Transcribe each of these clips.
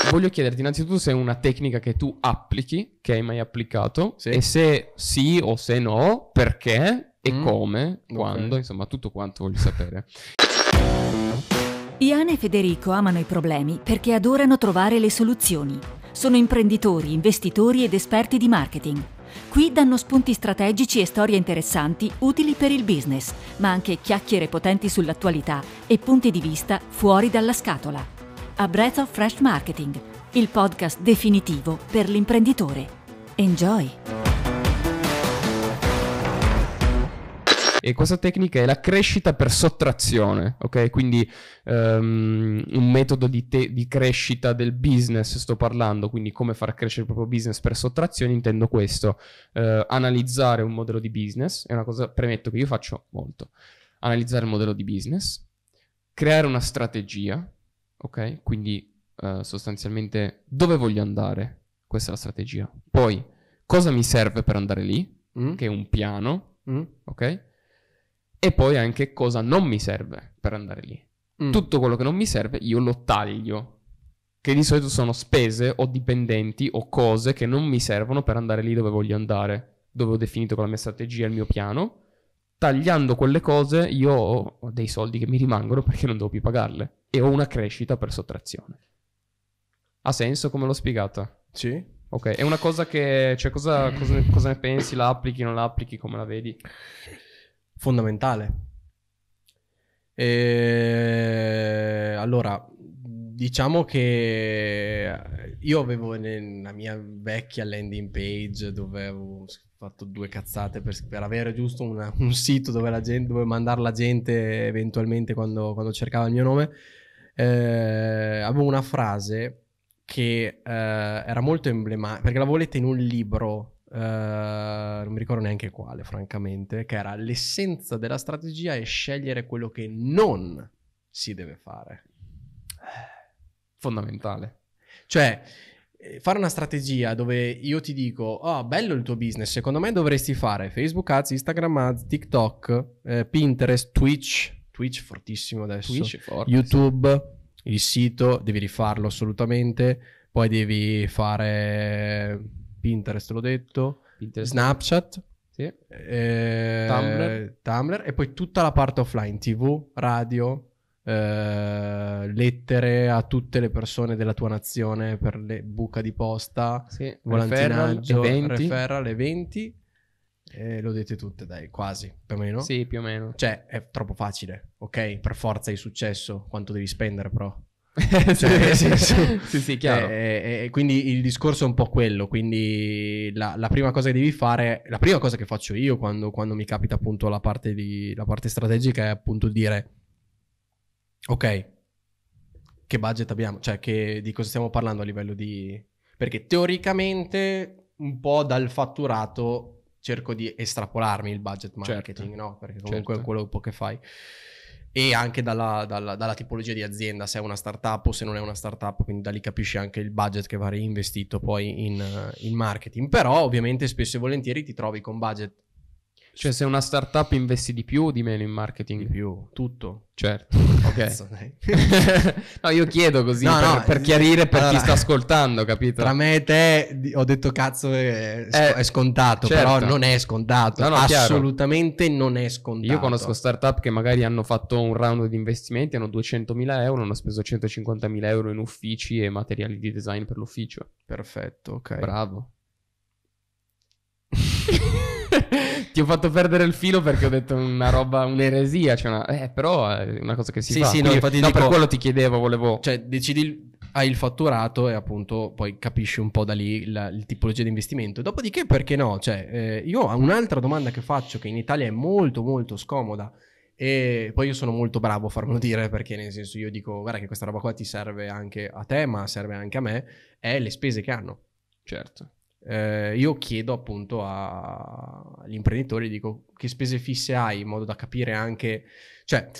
voglio chiederti innanzitutto se è una tecnica che tu applichi, che hai mai applicato, Sì. e se sì o se no, perché e come, quando, Ok. insomma tutto quanto voglio sapere. Ian e Federico amano i problemi perché adorano trovare le soluzioni. Sono imprenditori, investitori ed esperti di marketing. Qui danno spunti strategici e storie interessanti utili per il business, ma anche chiacchiere potenti sull'attualità e punti di vista fuori dalla scatola. A Breath of Fresh Marketing, il podcast definitivo per l'imprenditore. Enjoy! E questa tecnica è la crescita per sottrazione, ok? Quindi un metodo di crescita del business sto parlando, quindi come far crescere il proprio business per sottrazione, intendo questo. Analizzare un modello di business, è una cosa, premetto, che io faccio molto. Analizzare il modello di business, creare una strategia, ok? Quindi sostanzialmente dove voglio andare, questa è la strategia. Poi cosa mi serve per andare lì, che è un piano, ok? E poi anche cosa non mi serve per andare lì. Tutto quello che non mi serve io lo taglio, che di solito sono spese o dipendenti o cose che non mi servono per andare lì dove voglio andare, dove ho definito con la mia strategia il mio piano. Tagliando quelle cose io ho dei soldi che mi rimangono perché non devo più pagarle e ho una crescita per sottrazione. Ha senso come l'ho spiegata? Sì. Ok, è una cosa che... Cioè, cosa ne pensi? La applichi, non la applichi? Come la vedi? Fondamentale. Allora, diciamo che io avevo nella mia vecchia landing page dove avevo fatto 2 cazzate per avere giusto un sito dove la gente, dove mandare la gente eventualmente quando cercava il mio nome. Avevo una frase che era molto emblematica, perché l'avevo letta in un libro, non mi ricordo neanche quale, francamente, che era: l'essenza della strategia è scegliere quello che non si deve fare. Fondamentale. Cioè, fare una strategia dove io ti dico: oh, bello il tuo business, secondo me dovresti fare Facebook Ads, Instagram Ads, TikTok, Pinterest, Twitch fortissimo adesso, Twitch forte, YouTube, il sito, devi rifarlo assolutamente, poi devi fare Pinterest, l'ho detto, Pinterest. Snapchat, Sì. Tumblr, e poi tutta la parte offline, TV, radio, lettere a tutte le persone della tua nazione per le buca di posta, Sì. volantinaggio, Referral, eventi, lo dite tutte, dai, quasi, più o meno. Sì, più o meno. Cioè, è troppo facile, ok? Per forza hai successo, quanto devi spendere però? Cioè, sì, sì, chiaro. Quindi il discorso è un po' quello. Quindi la prima cosa che devi fare, la prima cosa che faccio io quando mi capita appunto la parte strategica, è appunto dire: ok, che budget abbiamo? Cioè, di cosa stiamo parlando a livello di... Perché teoricamente un po' dal fatturato cerco di estrapolarmi il budget marketing, Certo. no? Perché comunque Certo. è quello un po' che fai. E anche dalla tipologia di azienda, se è una startup o se non è una startup, quindi da lì capisci anche il budget che va reinvestito poi in marketing. Però ovviamente spesso e volentieri ti trovi con budget. Cioè, se una startup investi di più o di meno in marketing? Di più, tutto. Certo, ok. Cazzo, dai. No, io chiedo così No, per chiarire per allora, chi sta ascoltando, capito? Tra me e te ho detto cazzo è scontato, certo. però non è scontato. No, assolutamente non è scontato. Io conosco startup che magari hanno fatto un round di investimenti, hanno 200.000 euro, hanno speso 150.000 euro in uffici e materiali di design per l'ufficio. Perfetto, ok. Bravo. Ti ho fatto perdere il filo perché ho detto una roba, un'eresia, cioè però è una cosa che si fa. Sì, quindi, no, infatti dico, per quello ti chiedevo, volevo... Cioè, hai il fatturato e appunto poi capisci un po' da lì il tipologia di investimento. Dopodiché, perché no? Cioè, io ho un'altra domanda che faccio, che in Italia è molto molto scomoda, e poi io sono molto bravo a farmelo dire, perché nel senso io dico: guarda che questa roba qua ti serve anche a te, ma serve anche a me, è le spese che hanno. Certo. Io chiedo appunto agli imprenditori, dico: che spese fisse hai, in modo da capire anche, cioè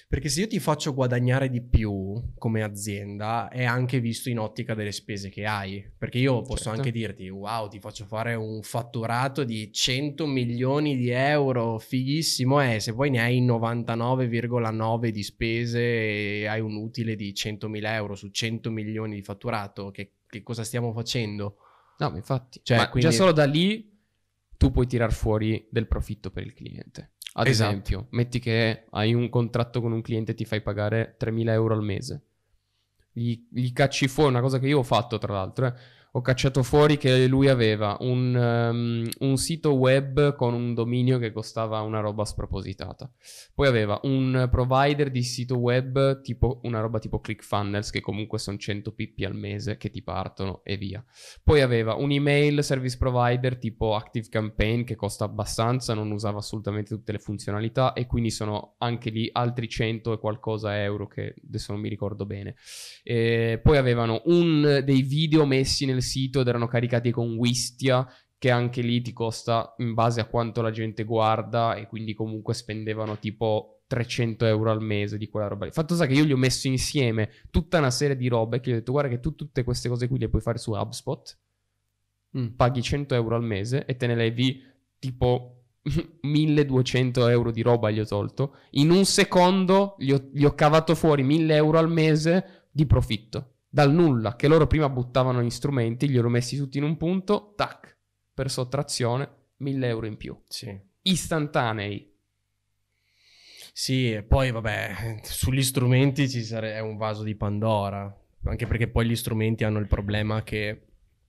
Perché se io ti faccio guadagnare di più come azienda è anche visto in ottica delle spese che hai, perché io posso anche dirti wow, ti faccio fare un fatturato di 100 milioni di euro, fighissimo, se poi ne hai 99,9 di spese e hai un utile di 100.000 euro su 100 milioni di fatturato, che cosa stiamo facendo? No, ma infatti, cioè, quindi... già solo da lì tu puoi tirar fuori del profitto per il cliente. Ad esempio, metti che hai un contratto con un cliente e ti fai pagare 3.000 euro al mese. Gli cacci fuori, una cosa che io ho fatto tra l'altro, ho cacciato fuori che lui aveva un sito web con un dominio che costava una roba spropositata. Poi aveva un provider di sito web tipo una roba tipo ClickFunnels, che comunque sono 100 pippi al mese che ti partono e via. Poi aveva un email service provider tipo ActiveCampaign che costa abbastanza, non usava assolutamente tutte le funzionalità e quindi sono anche lì altri 100 e qualcosa euro che adesso non mi ricordo bene. Poi avevano dei video messi nel sito ed erano caricati con Wistia, che anche lì ti costa in base a quanto la gente guarda, e quindi comunque spendevano tipo 300 euro al mese di quella roba lì. Fatto sta che io gli ho messo insieme tutta una serie di robe che gli ho detto guarda che tu tutte queste cose qui le puoi fare su HubSpot, paghi 100 euro al mese e te ne levi tipo 1200 euro di roba. Gli ho tolto in un secondo, gli ho cavato fuori 1000 euro al mese di profitto dal nulla, che loro prima buttavano gli strumenti, li ho messi tutti in un punto, tac, per sottrazione 1000 euro in più, istantanei. Sì, e poi vabbè, sugli strumenti è un vaso di Pandora, anche perché poi gli strumenti hanno il problema che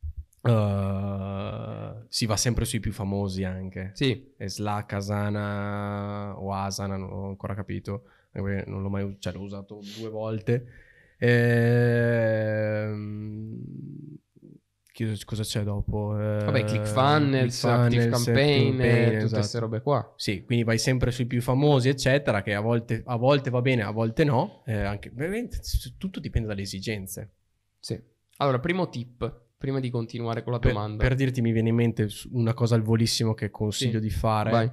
si va sempre sui più famosi anche. Sì. Slack, Asana o Asana, non ho ancora capito, non l'ho mai l'ho usato 2 volte. Cosa c'è dopo? Vabbè, ClickFunnels, ActiveCampaign, tutte esatto. queste robe qua. Sì, quindi vai sempre sui più famosi, eccetera, che a volte va bene, a volte no. Anche veramente tutto dipende dalle esigenze. Sì. Allora, primo tip, prima di continuare con la domanda. Per dirti, mi viene in mente una cosa al volissimo che consiglio di fare. Vai.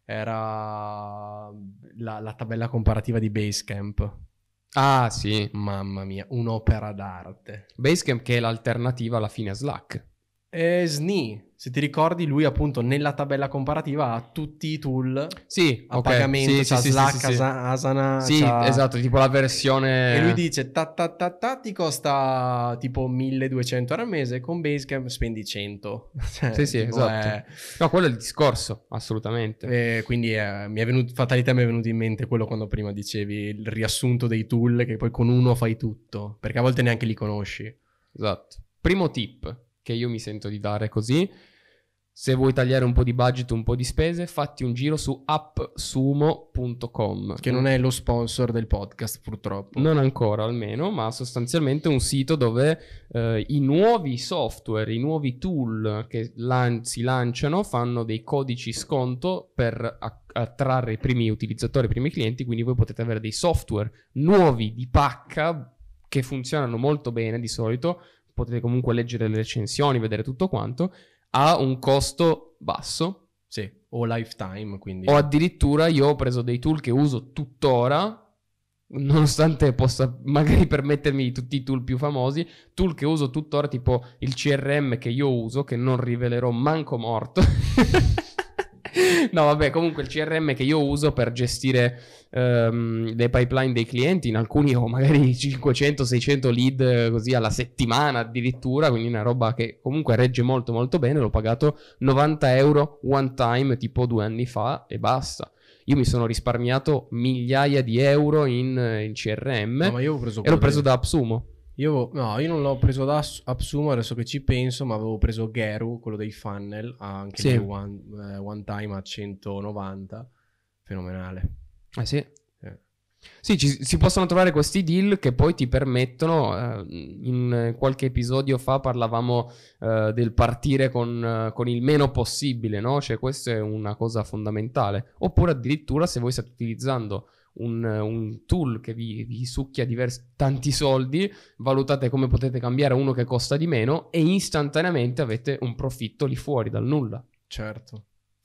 Era la tabella comparativa di Basecamp. Ah, sì. Mamma mia, un'opera d'arte. Basecamp che è l'alternativa alla fine a Slack. SNI, se ti ricordi, lui appunto nella tabella comparativa ha tutti i tool a pagamento, c'ha Slack, Asana. Sì, esatto, tipo la versione... E lui dice, ti costa tipo 1200 euro al mese, con Basecamp spendi 100. Sì, esatto. No, quello è il discorso, assolutamente. Quindi fatalità mi è venuto in mente quello quando prima dicevi il riassunto dei tool, che poi con uno fai tutto, perché a volte neanche li conosci. Esatto. Primo tip che io mi sento di dare così: se vuoi tagliare un po' di budget, un po' di spese, fatti un giro su appsumo.com, che non è lo sponsor del podcast purtroppo. Non ancora almeno, ma sostanzialmente un sito dove i nuovi software, i nuovi tool che si lanciano fanno dei codici sconto per attrarre i primi utilizzatori, i primi clienti, quindi voi potete avere dei software nuovi di pacca che funzionano molto bene di solito. Potete comunque leggere le recensioni, vedere tutto quanto, a un costo basso. Sì, o lifetime, quindi. O addirittura io ho preso dei tool che uso tuttora, nonostante possa magari permettermi tutti i tool più famosi, tool che uso tuttora, tipo il CRM che io uso, che non rivelerò manco morto. No, vabbè, comunque il CRM che io uso per gestire le pipeline dei clienti, in alcuni ho magari 500-600 lead così alla settimana addirittura, quindi una roba che comunque regge molto molto bene. L'ho pagato 90 euro one time tipo 2 anni fa e basta. Io mi sono risparmiato migliaia di euro in CRM. No, ma io l'ho preso da AppSumo. Io non l'ho preso da AppSumo, adesso che ci penso, ma avevo preso Geru, quello dei funnel, anche lì one time a 190, fenomenale. Sì. Sì, si possono trovare questi deal che poi ti permettono, in qualche episodio fa parlavamo del partire con il meno possibile, no? Cioè questa è una cosa fondamentale. Oppure addirittura se voi state utilizzando un tool che vi succhia tanti soldi, valutate come potete cambiare uno che costa di meno e istantaneamente avete un profitto lì fuori dal nulla. Certo.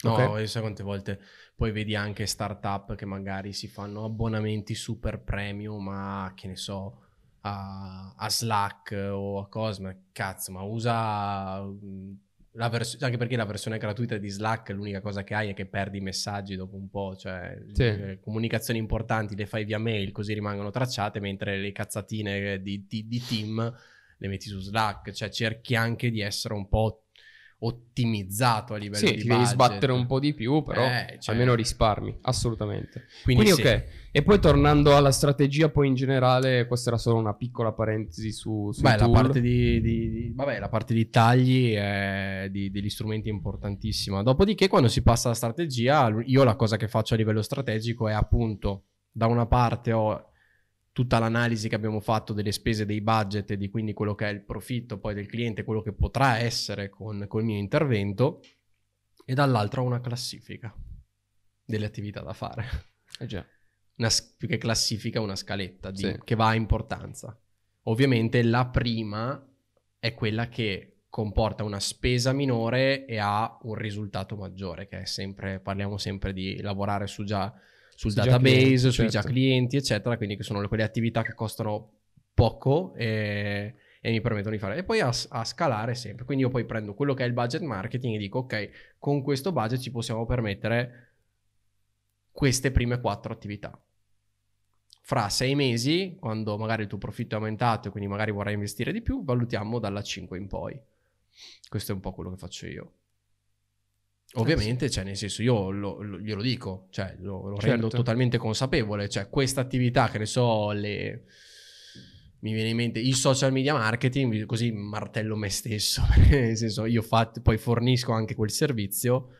No, Ok? sai quante volte poi vedi anche startup che magari si fanno abbonamenti super premium, ma che ne so, a Slack o a Cosma, cazzo, ma usa anche perché la versione gratuita di Slack l'unica cosa che hai è che perdi i messaggi dopo un po', cioè Sì. le comunicazioni importanti le fai via mail così rimangono tracciate, mentre le cazzatine di team le metti su Slack, cioè cerchi anche di essere un po' ottimizzato a livello Sì, di ti devi budget. sbattere un po' di più, però Cioè, almeno risparmi, assolutamente. Quindi Quindi sì. ok, e poi tornando alla strategia, poi in generale, questa era solo una piccola parentesi sui Beh, la tool. parte vabbè, la parte di tagli è degli strumenti importantissima. Dopodiché, quando si passa alla strategia, io la cosa che faccio a livello strategico è appunto, da una parte ho tutta l'analisi che abbiamo fatto delle spese, dei budget e di quindi quello che è il profitto poi del cliente, quello che potrà essere col mio intervento, e dall'altra ho una classifica delle attività da fare. Già. Più che classifica, una scaletta Sì. che va a importanza. Ovviamente la prima è quella che comporta una spesa minore e ha un risultato maggiore, che è sempre, parliamo sempre di lavorare sul database, clienti, sui certo. già clienti, eccetera, quindi che sono quelle attività che costano poco e mi permettono di fare. E poi a scalare sempre. Quindi io poi prendo quello che è il budget marketing e dico, ok, con questo budget ci possiamo permettere queste prime 4 attività. Fra 6 mesi, quando magari il tuo profitto è aumentato e quindi magari vorrai investire di più, valutiamo dalla 5 in poi. Questo è un po' quello che faccio io. Ovviamente, cioè, nel senso, io glielo dico, cioè, lo rendo totalmente consapevole. Cioè, questa attività, che ne so, mi viene in mente il social media marketing, così martello me stesso. Nel senso, io poi fornisco anche quel servizio,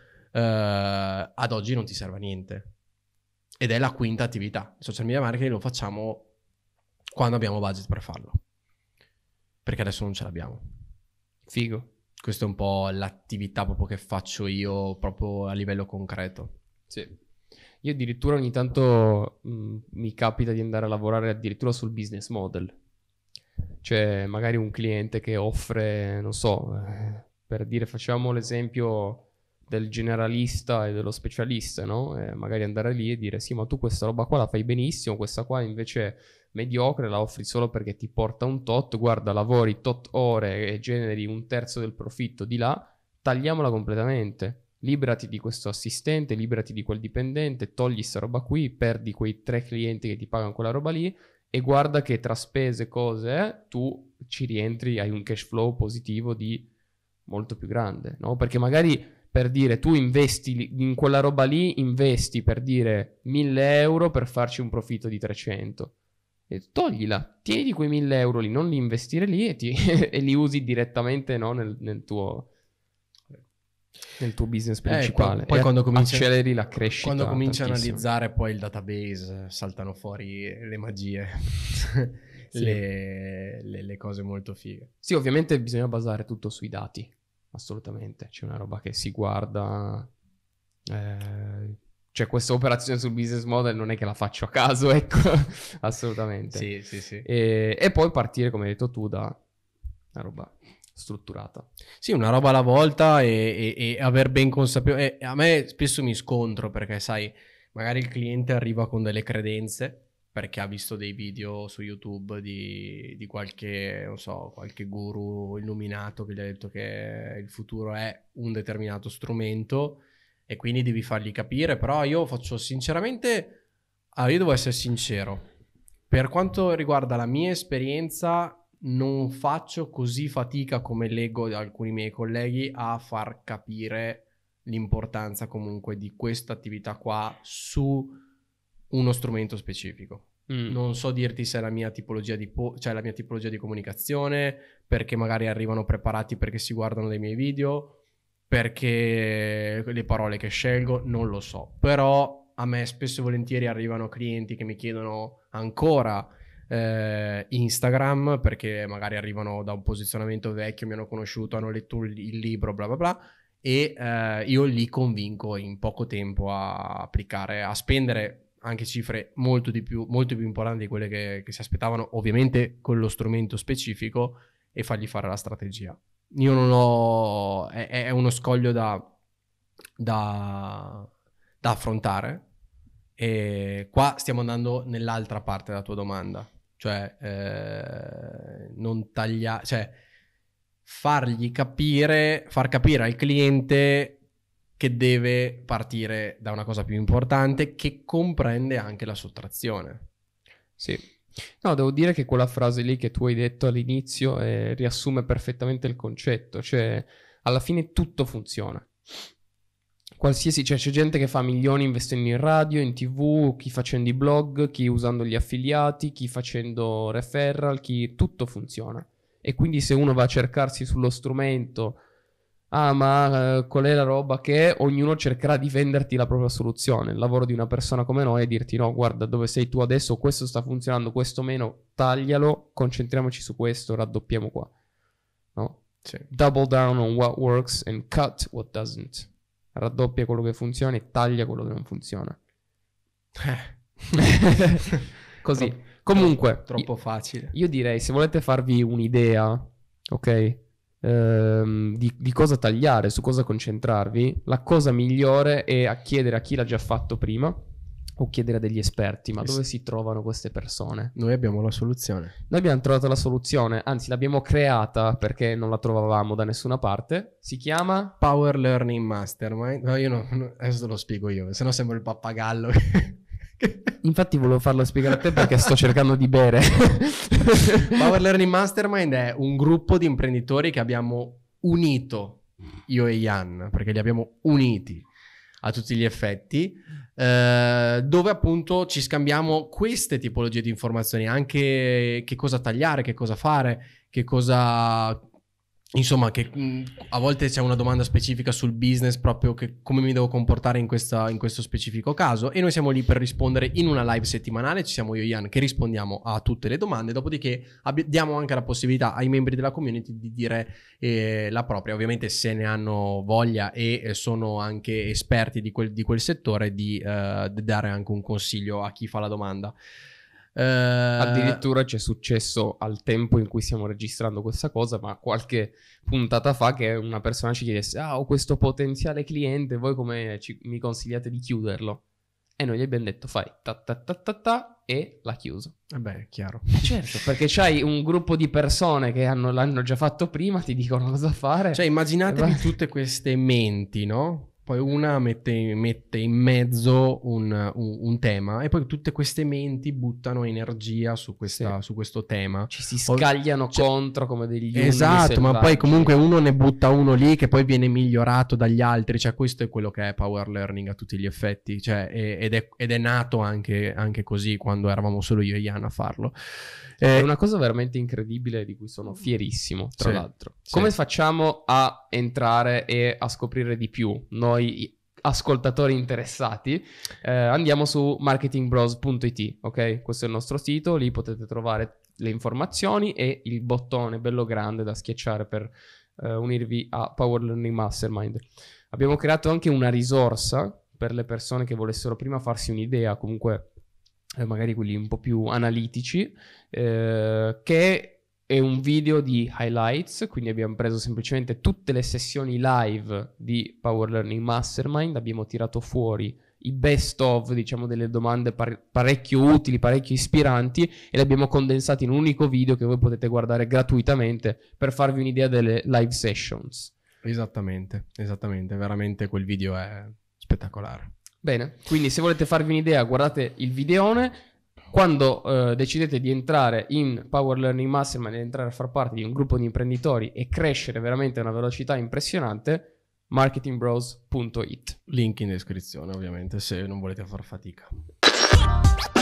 ad oggi non ti serve a niente. Ed è la quinta attività. Il social media marketing lo facciamo quando abbiamo budget per farlo. Perché adesso non ce l'abbiamo. Figo. Questa è un po' l'attività proprio che faccio io proprio a livello concreto. Sì. Io addirittura ogni tanto mi capita di andare a lavorare addirittura sul business model. Cioè magari un cliente che offre, non so, per dire, facciamo l'esempio del generalista e dello specialista, no? Magari andare lì e dire sì, ma tu questa roba qua la fai benissimo, questa qua invece mediocre, la offri solo perché ti porta un tot, guarda, lavori tot ore e generi un terzo del profitto di là, tagliamola completamente. Liberati di questo assistente, liberati di quel dipendente, togli sta roba qui, perdi quei 3 clienti che ti pagano quella roba lì e guarda che tra spese, cose, tu ci rientri, hai un cash flow positivo di molto più grande, no? Perché magari, per dire, tu investi in quella roba lì, investi per dire 1.000 euro per farci un profitto di 300. E toglila, tieni quei 1.000 euro lì, non li investire lì e li usi direttamente, no, nel tuo business principale. Poi quando acceleri la crescita. Quando cominci a tantissimo. analizzare poi il database, saltano fuori le magie, Sì. le cose molto fighe. Sì, ovviamente bisogna basare tutto sui dati. Assolutamente, c'è una roba che si guarda, cioè questa operazione sul business model non è che la faccio a caso, ecco, assolutamente. Sì. E poi partire, come hai detto tu, da una roba strutturata. Sì, una roba alla volta e aver ben consapevolezza. A me spesso mi scontro perché, sai, magari il cliente arriva con delle credenze perché ha visto dei video su YouTube di qualche, non so, qualche guru illuminato che gli ha detto che il futuro è un determinato strumento e quindi devi fargli capire. Però io faccio sinceramente, io devo essere sincero, per quanto riguarda la mia esperienza non faccio così fatica come leggo da alcuni miei colleghi a far capire l'importanza comunque di questa attività qua su uno strumento specifico. Non so dirti se è la mia tipologia cioè la mia tipologia di comunicazione, perché magari arrivano preparati perché si guardano dei miei video, perché le parole che scelgo, non lo so. Però a me spesso e volentieri arrivano clienti che mi chiedono ancora Instagram, perché magari arrivano da un posizionamento vecchio, mi hanno conosciuto, hanno letto il libro, bla bla bla, e io li convinco in poco tempo a applicare, a spendere anche cifre molto più importanti di quelle che si aspettavano, ovviamente con lo strumento specifico, e fargli fare la strategia. Io non ho... è uno scoglio da da affrontare. E qua stiamo andando nell'altra parte della tua domanda, cioè non tagliare, cioè far capire al cliente che deve partire da una cosa più importante che comprende anche la sottrazione. Sì. No, devo dire che quella frase lì che tu hai detto all'inizio riassume perfettamente il concetto, cioè alla fine tutto funziona. Qualsiasi, cioè c'è gente che fa milioni investendo in radio, in TV, chi facendo i blog, chi usando gli affiliati, chi facendo referral, tutto funziona. E quindi se uno va a cercarsi sullo strumento, qual è la roba che è, ognuno cercherà di venderti la propria soluzione. Il lavoro di una persona come noi è dirti no, guarda, dove sei tu adesso, questo sta funzionando, questo meno, taglialo, concentriamoci su questo, raddoppiamo qua. No? Sì. Double down on what works and cut what doesn't. Raddoppia quello che funziona e taglia quello che non funziona. Così. Comunque, troppo facile. Io direi, se volete farvi un'idea, ok, di cosa tagliare, su cosa concentrarvi, la cosa migliore è a chiedere a chi l'ha già fatto prima o chiedere a degli esperti. Ma dove si trovano queste persone? Noi abbiamo la soluzione. Noi abbiamo trovato la soluzione, anzi l'abbiamo creata perché non la trovavamo da nessuna parte. Si chiama Power Learning Mastermind. No, io no, adesso te lo spiego io, se no sembra il pappagallo. Infatti volevo farlo spiegare a te perché sto cercando di bere. Power Learning Mastermind è un gruppo di imprenditori che abbiamo unito, io e Ian, perché li abbiamo uniti a tutti gli effetti, dove appunto ci scambiamo queste tipologie di informazioni, anche che cosa tagliare, che cosa fare, che cosa... Insomma, che a volte c'è una domanda specifica sul business, proprio che come mi devo comportare in questo specifico caso, e noi siamo lì per rispondere in una live settimanale. Ci siamo io e Ian che rispondiamo a tutte le domande, dopodiché diamo anche la possibilità ai membri della community di dire la propria, ovviamente se ne hanno voglia e sono anche esperti di quel settore, di dare anche un consiglio a chi fa la domanda. Addirittura ci è successo al tempo in cui stiamo registrando questa cosa, ma qualche puntata fa, che una persona ci chiedesse ho questo potenziale cliente, voi come mi consigliate di chiuderlo? E noi gli abbiamo detto fai ta e l'ha chiuso. Vabbè, chiaro. Certo, perché c'hai un gruppo di persone che l'hanno già fatto prima, ti dicono cosa fare. Cioè immaginatevi tutte queste menti, no? Poi una mette in mezzo un tema e poi tutte queste menti buttano energia su questo tema. Ci si scagliano contro come degli uomini esatto, selvaggi. Ma poi comunque uno ne butta uno lì che poi viene migliorato dagli altri. Cioè questo è quello che è Power Learning a tutti gli effetti. Cioè, ed è nato anche così quando eravamo solo io e Ian a farlo. È una cosa veramente incredibile di cui sono fierissimo, tra l'altro. Come facciamo a entrare e a scoprire di più? Noi ascoltatori interessati, andiamo su marketingbros.it, ok? Questo è il nostro sito, lì potete trovare le informazioni e il bottone bello grande da schiacciare per unirvi a Power Learning Mastermind. Abbiamo creato anche una risorsa per le persone che volessero prima farsi un'idea, comunque magari quelli un po' più analitici, che è un video di highlights. Quindi abbiamo preso semplicemente tutte le sessioni live di Power Learning Mastermind, abbiamo tirato fuori i best of, diciamo, delle domande parecchio utili, parecchio ispiranti, e le abbiamo condensate in un unico video che voi potete guardare gratuitamente per farvi un'idea delle live sessions. Esattamente, veramente quel video è spettacolare. Bene, quindi se volete farvi un'idea, guardate il videone. Quando decidete di entrare in Power Learning Mastermind e entrare a far parte di un gruppo di imprenditori e crescere veramente a una velocità impressionante, marketingbros.it. Link in descrizione, ovviamente, se non volete far fatica.